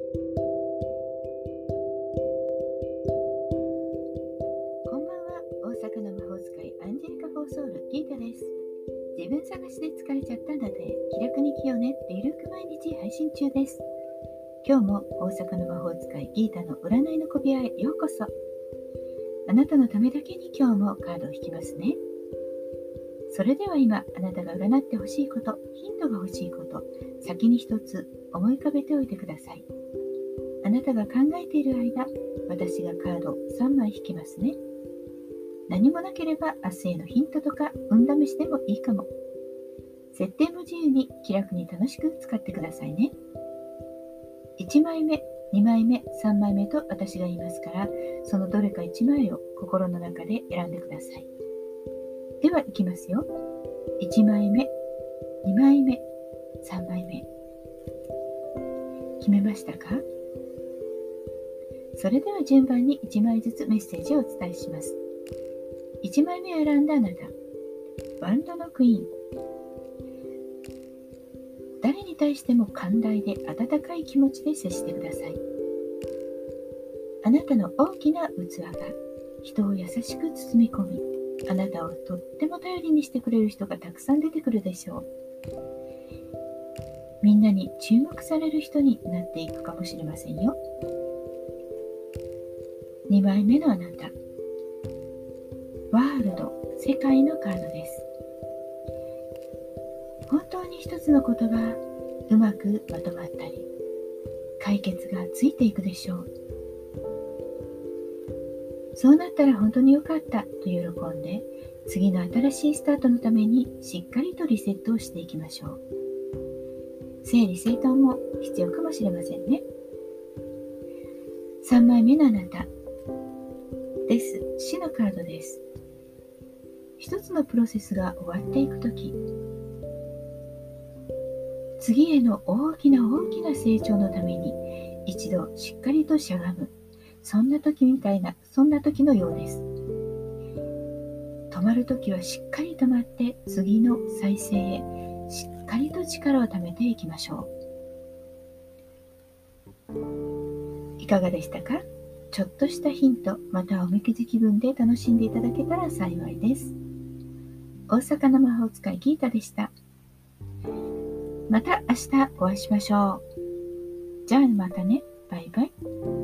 こんばんは。大阪の魔法使いアンジェリカ・フォーソウルギータです。自分探しで疲れちゃったんだで気楽に生きようねってゆるく毎日配信中です。今日も大阪の魔法使いギータの占いの小部屋へようこそ。あなたのためだけに今日もカードを引きますね。それでは今あなたが占ってほしいこと、ヒントが欲しいこと、先に一つ思い浮かべておいてください。あなたが考えている間、私がカードを3枚引きますね。何もなければ明日へのヒントとか運試しでもいいかも。設定も自由に気楽に楽しく使ってくださいね。1枚目、2枚目、3枚目と私が言いますから、そのどれか1枚を心の中で選んでください。では、いきますよ。1枚目、2枚目、3枚目。決めましたか？それでは順番に1枚ずつメッセージをお伝えします。1枚目を選んだあなた、ワンドのクイーン。誰に対しても寛大で温かい気持ちで接してください。あなたの大きな器が人を優しく包み込み、あなたをとっても頼りにしてくれる人がたくさん出てくるでしょう。みんなに注目される人になっていくかもしれませんよ。2枚目のあなた、ワールド、世界のカードです。本当に一つのことがうまくまとまったり、解決がついていくでしょう。そうなったら本当に良かったと喜んで、次の新しいスタートのためにしっかりとリセットをしていきましょう。整理整頓も必要かもしれませんね。3枚目のあなたです。死のカードです。一つのプロセスが終わっていくとき、次への大きな成長のために一度しっかりとしゃがむ、そんな時のようです。止まるときはしっかり止まって次の再生へしっかりと力を貯めていきましょう。いかがでしたか？ちょっとしたヒント、またはおみくじ気分で楽しんでいただけたら幸いです。大阪の魔法使いギータでした。また明日お会いしましょう。じゃあまたね。バイバイ。